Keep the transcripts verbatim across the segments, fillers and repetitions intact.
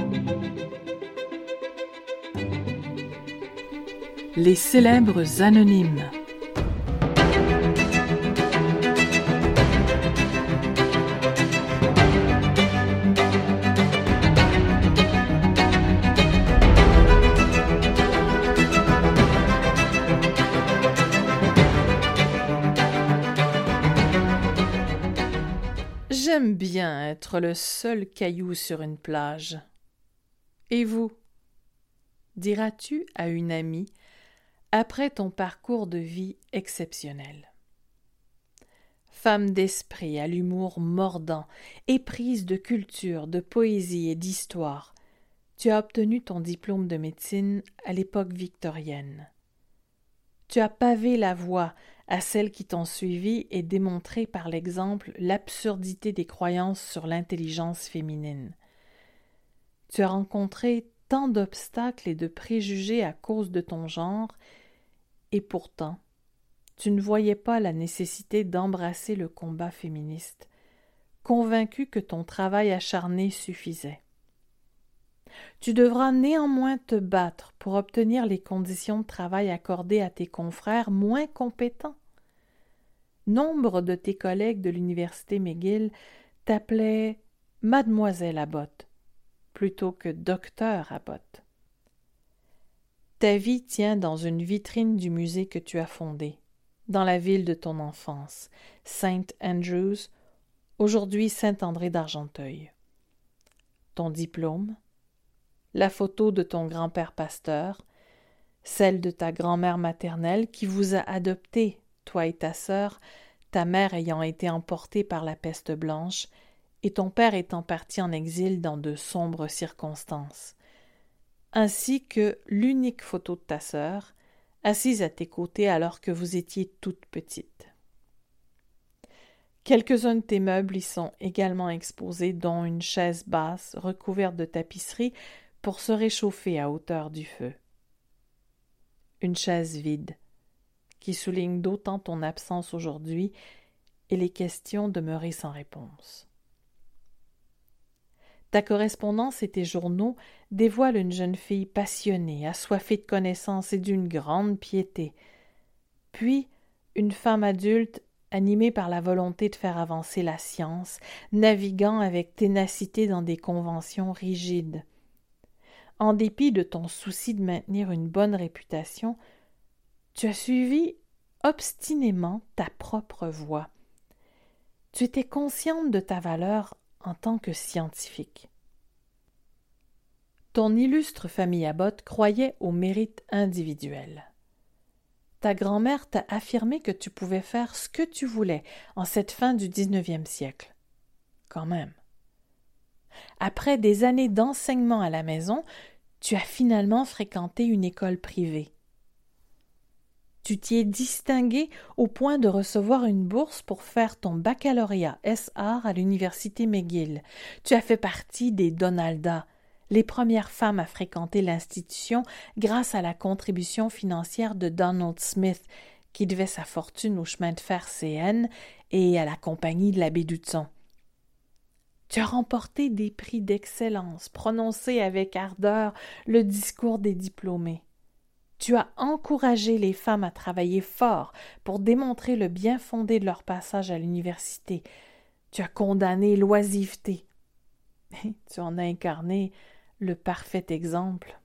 Les célèbres anonymes. J'aime bien être le seul caillou sur une plage. Et vous? Diras-tu à une amie après ton parcours de vie exceptionnel. Femme d'esprit, à l'humour mordant, éprise de culture, de poésie et d'histoire, tu as obtenu ton diplôme de médecine à l'époque victorienne. Tu as pavé la voie à celles qui t'ont suivi et démontré par l'exemple l'absurdité des croyances sur l'intelligence féminine. Tu as rencontré tant d'obstacles et de préjugés à cause de ton genre, et pourtant, tu ne voyais pas la nécessité d'embrasser le combat féministe, convaincu que ton travail acharné suffisait. Tu devras néanmoins te battre pour obtenir les conditions de travail accordées à tes confrères moins compétents. Nombre de tes collègues de l'université McGill t'appelaient Mademoiselle Abbott plutôt que Docteur Abbott. Ta vie tient dans une vitrine du musée que tu as fondé, dans la ville de ton enfance, Saint Andrews, aujourd'hui Saint-André d'Argenteuil. Ton diplôme, la photo de ton grand-père pasteur, celle de ta grand-mère maternelle qui vous a adopté, toi et ta sœur, ta mère ayant été emportée par la peste blanche et ton père étant parti en exil dans de sombres circonstances, ainsi que l'unique photo de ta sœur, assise à tes côtés alors que vous étiez toute petite. Quelques-uns de tes meubles y sont également exposés, dont une chaise basse recouverte de tapisserie pour se réchauffer à hauteur du feu. Une chaise vide, qui souligne d'autant ton absence aujourd'hui et les questions demeurées sans réponse. Ta correspondance et tes journaux dévoilent une jeune fille passionnée, assoiffée de connaissances et d'une grande piété, puis une femme adulte animée par la volonté de faire avancer la science, naviguant avec ténacité dans des conventions rigides. En dépit de ton souci de maintenir une bonne réputation, tu as suivi obstinément ta propre voie. Tu étais consciente de ta valeur en tant que scientifique. Ton illustre famille Abbott croyait au mérite individuel. Ta grand-mère t'a affirmé que tu pouvais faire ce que tu voulais en cette fin du dix-neuvième siècle. Quand même. Après des années d'enseignement à la maison, tu as finalement fréquenté une école privée. Tu t'y es distingué au point de recevoir une bourse pour faire ton baccalauréat S-Art à l'université McGill. Tu as fait partie des Donalda, les premières femmes à fréquenter l'institution grâce à la contribution financière de Donald Smith, qui devait sa fortune au chemin de fer C N et à la compagnie de la baie d'Hudson. Tu as remporté des prix d'excellence, prononcé avec ardeur le discours des diplômés. Tu as encouragé les femmes à travailler fort pour démontrer le bien fondé de leur passage à l'université. Tu as condamné l'oisiveté. Tu en as incarné le parfait exemple.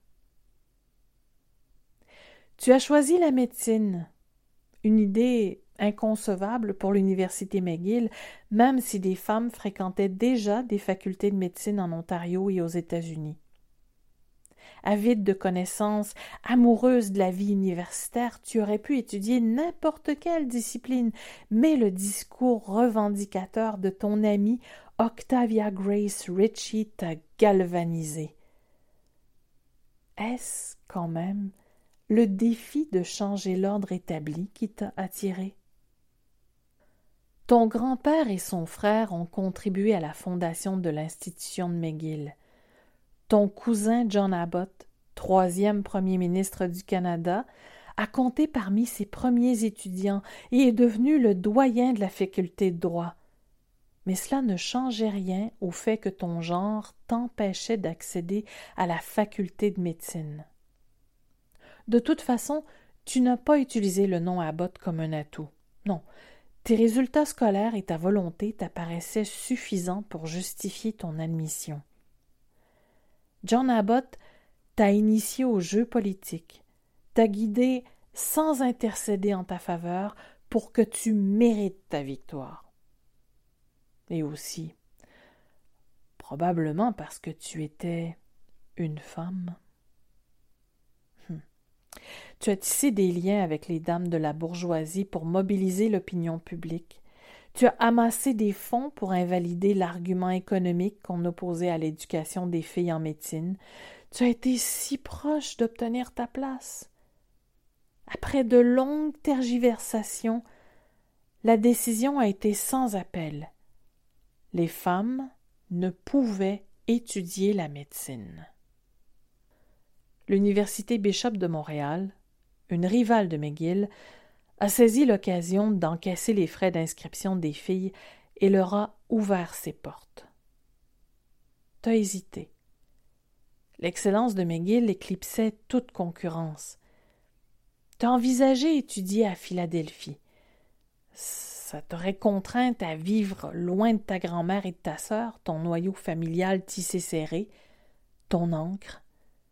Tu as choisi la médecine, une idée inconcevable pour l'université McGill, même si des femmes fréquentaient déjà des facultés de médecine en Ontario et aux États-Unis. Avide de connaissances, amoureuse de la vie universitaire, tu aurais pu étudier n'importe quelle discipline, mais le discours revendicateur de ton amie Octavia Grace Ritchie t'a galvanisé. Est-ce quand même le défi de changer l'ordre établi qui t'a attiré? Ton grand-père et son frère ont contribué à la fondation de l'institution de McGill. Ton cousin John Abbott, troisième premier ministre du Canada, a compté parmi ses premiers étudiants et est devenu le doyen de la faculté de droit. Mais cela ne changeait rien au fait que ton genre t'empêchait d'accéder à la faculté de médecine. De toute façon, tu n'as pas utilisé le nom Abbott comme un atout. Non, tes résultats scolaires et ta volonté t'apparaissaient suffisants pour justifier ton admission. John Abbott t'a initié au jeu politique, t'a guidé sans intercéder en ta faveur pour que tu mérites ta victoire. Et aussi, probablement parce que tu étais une femme. Hum. Tu as tissé des liens avec les dames de la bourgeoisie pour mobiliser l'opinion publique. Tu as amassé des fonds pour invalider l'argument économique qu'on opposait à l'éducation des filles en médecine. Tu as été si proche d'obtenir ta place. Après de longues tergiversations, la décision a été sans appel. Les femmes ne pouvaient étudier la médecine. L'Université Bishop de Montréal, une rivale de McGill, a saisi l'occasion d'encaisser les frais d'inscription des filles et leur a ouvert ses portes. T'as hésité. L'excellence de McGill éclipsait toute concurrence. T'as envisagé étudier à Philadelphie. Ça t'aurait contrainte à vivre loin de ta grand-mère et de ta sœur, ton noyau familial tissé serré, ton ancre.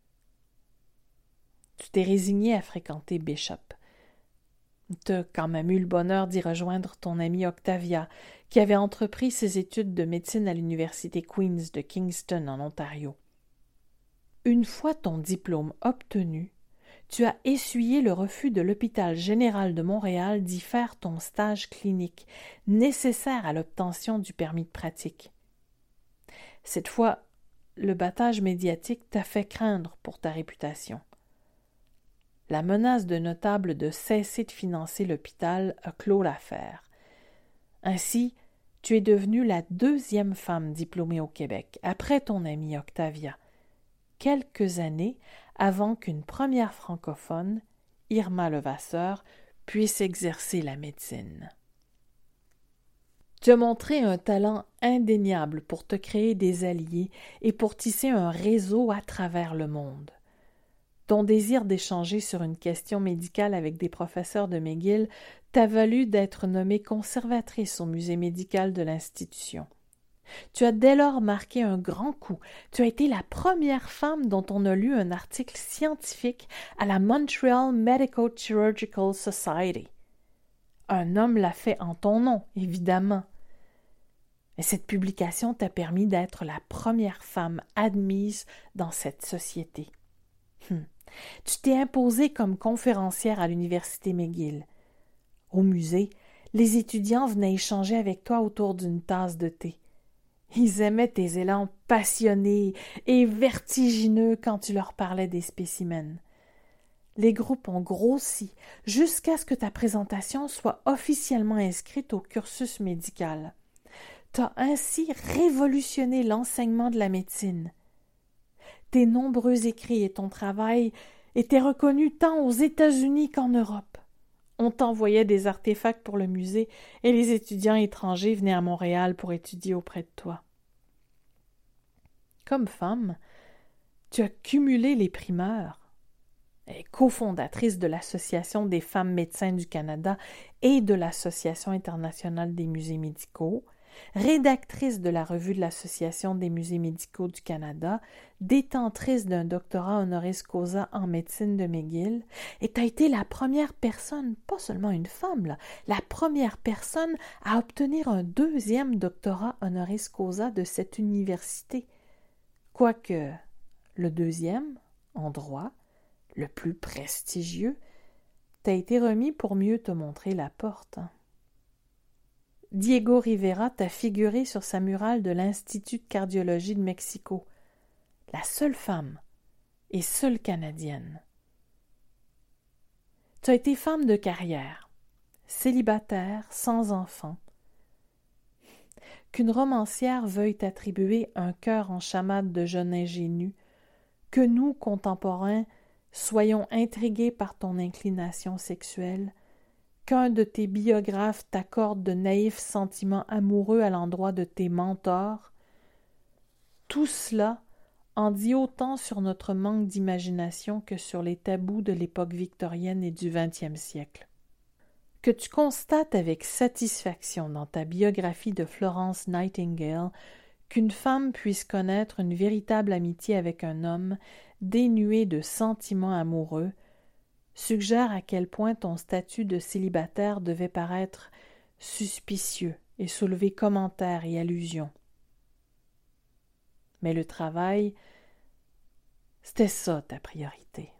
Tu t'es résigné à fréquenter Bishop. T'as quand même eu le bonheur d'y rejoindre ton amie Octavia, qui avait entrepris ses études de médecine à l'université Queen's de Kingston, en Ontario. Une fois ton diplôme obtenu, tu as essuyé le refus de l'hôpital général de Montréal d'y faire ton stage clinique, nécessaire à l'obtention du permis de pratique. Cette fois, le battage médiatique t'a fait craindre pour ta réputation. La menace de notables de cesser de financer l'hôpital a clos l'affaire. Ainsi, tu es devenue la deuxième femme diplômée au Québec, après ton amie Octavia, quelques années avant qu'une première francophone, Irma Levasseur, puisse exercer la médecine. Tu as montré un talent indéniable pour te créer des alliés et pour tisser un réseau à travers le monde. Ton désir d'échanger sur une question médicale avec des professeurs de McGill t'a valu d'être nommée conservatrice au musée médical de l'institution. Tu as dès lors marqué un grand coup. Tu as été la première femme dont on a lu un article scientifique à la Montreal Medico-Chirurgical Society. Un homme l'a fait en ton nom, évidemment. Mais cette publication t'a permis d'être la première femme admise dans cette société. Hum. Tu t'es imposée comme conférencière à l'université McGill. Au musée, les étudiants venaient échanger avec toi autour d'une tasse de thé. Ils aimaient tes élans passionnés et vertigineux quand tu leur parlais des spécimens. Les groupes ont grossi jusqu'à ce que ta présentation soit officiellement inscrite au cursus médical. Tu as ainsi révolutionné l'enseignement de la médecine. Tes nombreux écrits et ton travail étaient reconnus tant aux États-Unis qu'en Europe. On t'envoyait des artefacts pour le musée et les étudiants étrangers venaient à Montréal pour étudier auprès de toi. Comme femme, tu as cumulé les primeurs. Elle est cofondatrice de l'Association des femmes médecins du Canada et de l'Association internationale des musées médicaux, rédactrice de la revue de l'Association des musées médicaux du Canada, détentrice d'un doctorat honoris causa en médecine de McGill, et tu as été la première personne, pas seulement une femme, là, la première personne à obtenir un deuxième doctorat honoris causa de cette université. Quoique le deuxième, en droit, le plus prestigieux, t'a été remis pour mieux te montrer la porte. Diego Rivera t'a figuré sur sa murale de l'Institut de cardiologie de Mexico, la seule femme et seule Canadienne. Tu as été femme de carrière, célibataire, sans enfant. Qu'une romancière veuille t'attribuer un cœur en chamade de jeune ingénu, que nous, contemporains, soyons intrigués par ton inclination sexuelle, qu'un de tes biographes t'accorde de naïfs sentiments amoureux à l'endroit de tes mentors, tout cela en dit autant sur notre manque d'imagination que sur les tabous de l'époque victorienne et du vingtième siècle. Que tu constates avec satisfaction dans ta biographie de Florence Nightingale qu'une femme puisse connaître une véritable amitié avec un homme dénué de sentiments amoureux suggère à quel point ton statut de célibataire devait paraître suspicieux et soulever commentaires et allusions. Mais le travail, c'était ça ta priorité.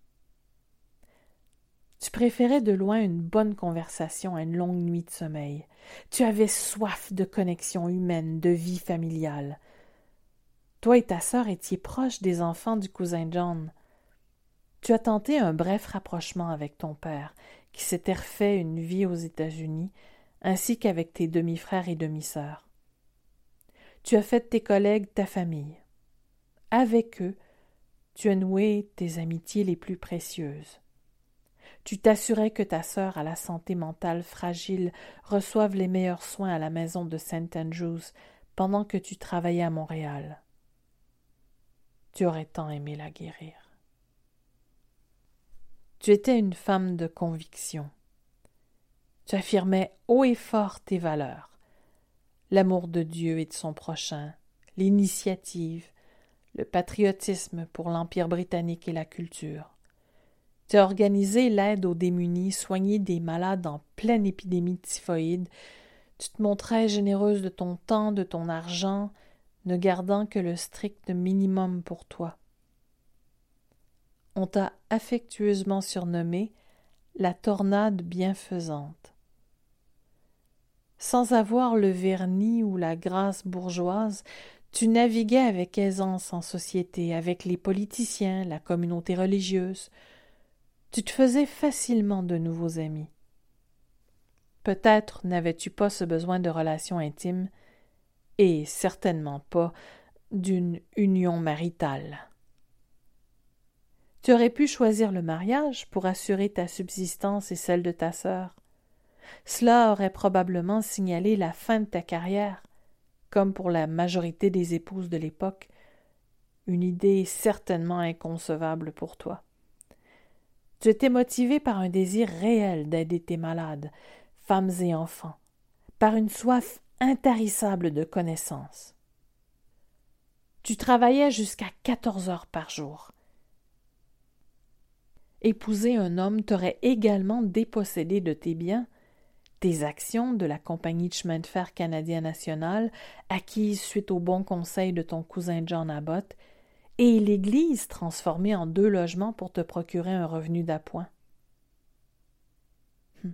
Tu préférais de loin une bonne conversation à une longue nuit de sommeil. Tu avais soif de connexion humaine, de vie familiale. Toi et ta sœur étiez proches des enfants du cousin John. Tu as tenté un bref rapprochement avec ton père, qui s'était refait une vie aux États-Unis, ainsi qu'avec tes demi-frères et demi-sœurs. Tu as fait de tes collègues ta famille. Avec eux, tu as noué tes amitiés les plus précieuses. Tu t'assurais que ta sœur à la santé mentale fragile reçoive les meilleurs soins à la maison de Saint Andrews pendant que tu travaillais à Montréal. Tu aurais tant aimé la guérir. Tu étais une femme de conviction. Tu affirmais haut et fort tes valeurs, l'amour de Dieu et de son prochain, l'initiative, le patriotisme pour l'Empire britannique et la culture. Tu as organisé l'aide aux démunis, soigné des malades en pleine épidémie de typhoïde. Tu te montrais généreuse de ton temps, de ton argent, ne gardant que le strict minimum pour toi. On t'a affectueusement surnommée la tornade bienfaisante. Sans avoir le vernis ou la grâce bourgeoise, tu naviguais avec aisance en société, avec les politiciens, la communauté religieuse. Tu te faisais facilement de nouveaux amis. Peut-être n'avais-tu pas ce besoin de relations intimes, et certainement pas d'une union maritale. Tu aurais pu choisir le mariage pour assurer ta subsistance et celle de ta sœur. Cela aurait probablement signalé la fin de ta carrière, comme pour la majorité des épouses de l'époque, une idée certainement inconcevable pour toi. Tu étais motivé par un désir réel d'aider tes malades, femmes et enfants, par une soif intarissable de connaissances. Tu travaillais jusqu'à quatorze heures par jour. Épouser un homme t'aurait également dépossédé de tes biens, tes actions de la compagnie de chemin de fer canadien national, acquises suite au bon conseil de ton cousin John Abbott, et l'église transformée en deux logements pour te procurer un revenu d'appoint. Hum.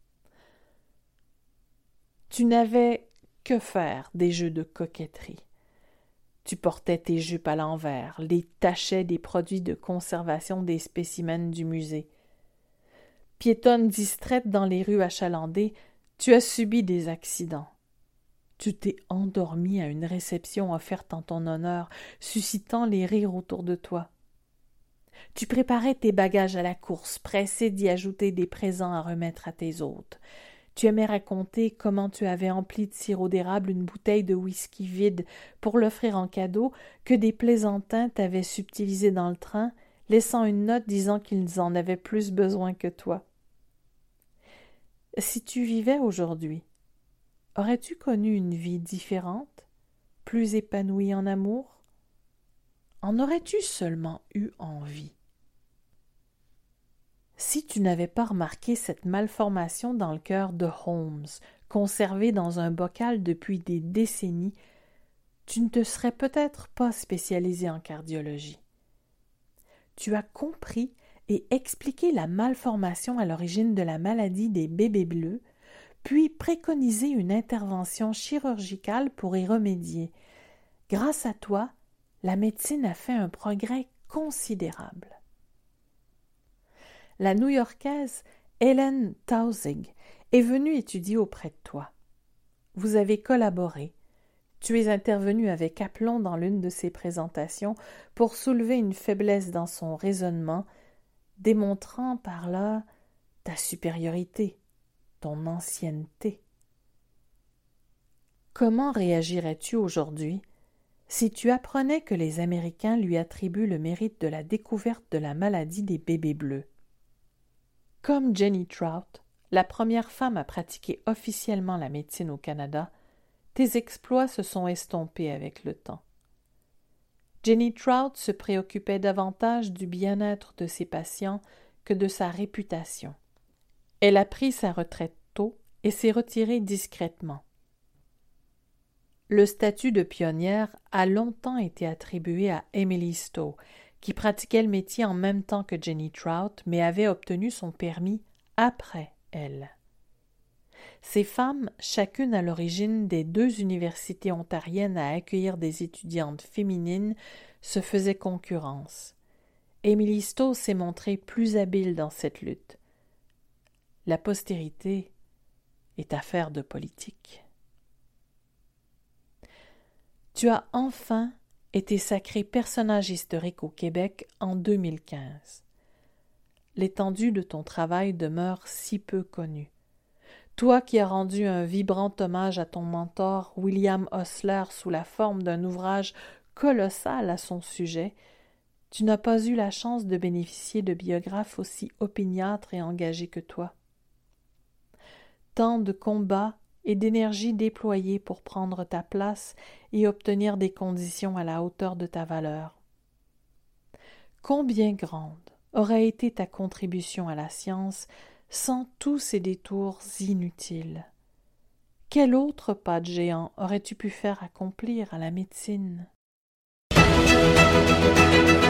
Tu n'avais que faire des jeux de coquetterie. Tu portais tes jupes à l'envers, les tachais des produits de conservation des spécimens du musée. Piétonne distraite dans les rues achalandées, tu as subi des accidents. Tu t'es endormie à une réception offerte en ton honneur, suscitant les rires autour de toi. Tu préparais tes bagages à la course, pressée d'y ajouter des présents à remettre à tes hôtes. Tu aimais raconter comment tu avais empli de sirop d'érable une bouteille de whisky vide pour l'offrir en cadeau, que des plaisantins t'avaient subtilisé dans le train, laissant une note disant qu'ils en avaient plus besoin que toi. Si tu vivais aujourd'hui, aurais-tu connu une vie différente, plus épanouie en amour? En aurais-tu seulement eu envie? Si tu n'avais pas remarqué cette malformation dans le cœur de Holmes, conservée dans un bocal depuis des décennies, tu ne te serais peut-être pas spécialisé en cardiologie. Tu as compris et expliqué la malformation à l'origine de la maladie des bébés bleus, puis préconisé une intervention chirurgicale pour y remédier. Grâce à toi, la médecine a fait un progrès considérable. La New-Yorkaise Helen Taussig est venue étudier auprès de toi. Vous avez collaboré. Tu es intervenu avec aplomb dans l'une de ses présentations pour soulever une faiblesse dans son raisonnement, démontrant par là ta supériorité, ton ancienneté. Comment réagirais-tu aujourd'hui si tu apprenais que les Américains lui attribuent le mérite de la découverte de la maladie des bébés bleus? Comme Jenny Trout, la première femme à pratiquer officiellement la médecine au Canada, tes exploits se sont estompés avec le temps. Jenny Trout se préoccupait davantage du bien-être de ses patients que de sa réputation. Elle a pris sa retraite tôt et s'est retirée discrètement. Le statut de pionnière a longtemps été attribué à Emily Stowe, qui pratiquait le métier en même temps que Jenny Trout, mais avait obtenu son permis après elle. Ces femmes, chacune à l'origine des deux universités ontariennes à accueillir des étudiantes féminines, se faisaient concurrence. Emily Stowe s'est montrée plus habile dans cette lutte. La postérité est affaire de politique. Tu as enfin été sacré personnage historique au Québec en deux mille quinze. L'étendue de ton travail demeure si peu connue. Toi qui as rendu un vibrant hommage à ton mentor William Osler sous la forme d'un ouvrage colossal à son sujet, tu n'as pas eu la chance de bénéficier de biographes aussi opiniâtres et engagés que toi. Tant de combats et d'énergie déployée pour prendre ta place et obtenir des conditions à la hauteur de ta valeur. Combien grande aurait été ta contribution à la science sans tous ces détours inutiles? Quel autre pas de géant aurais-tu pu faire accomplir à la médecine?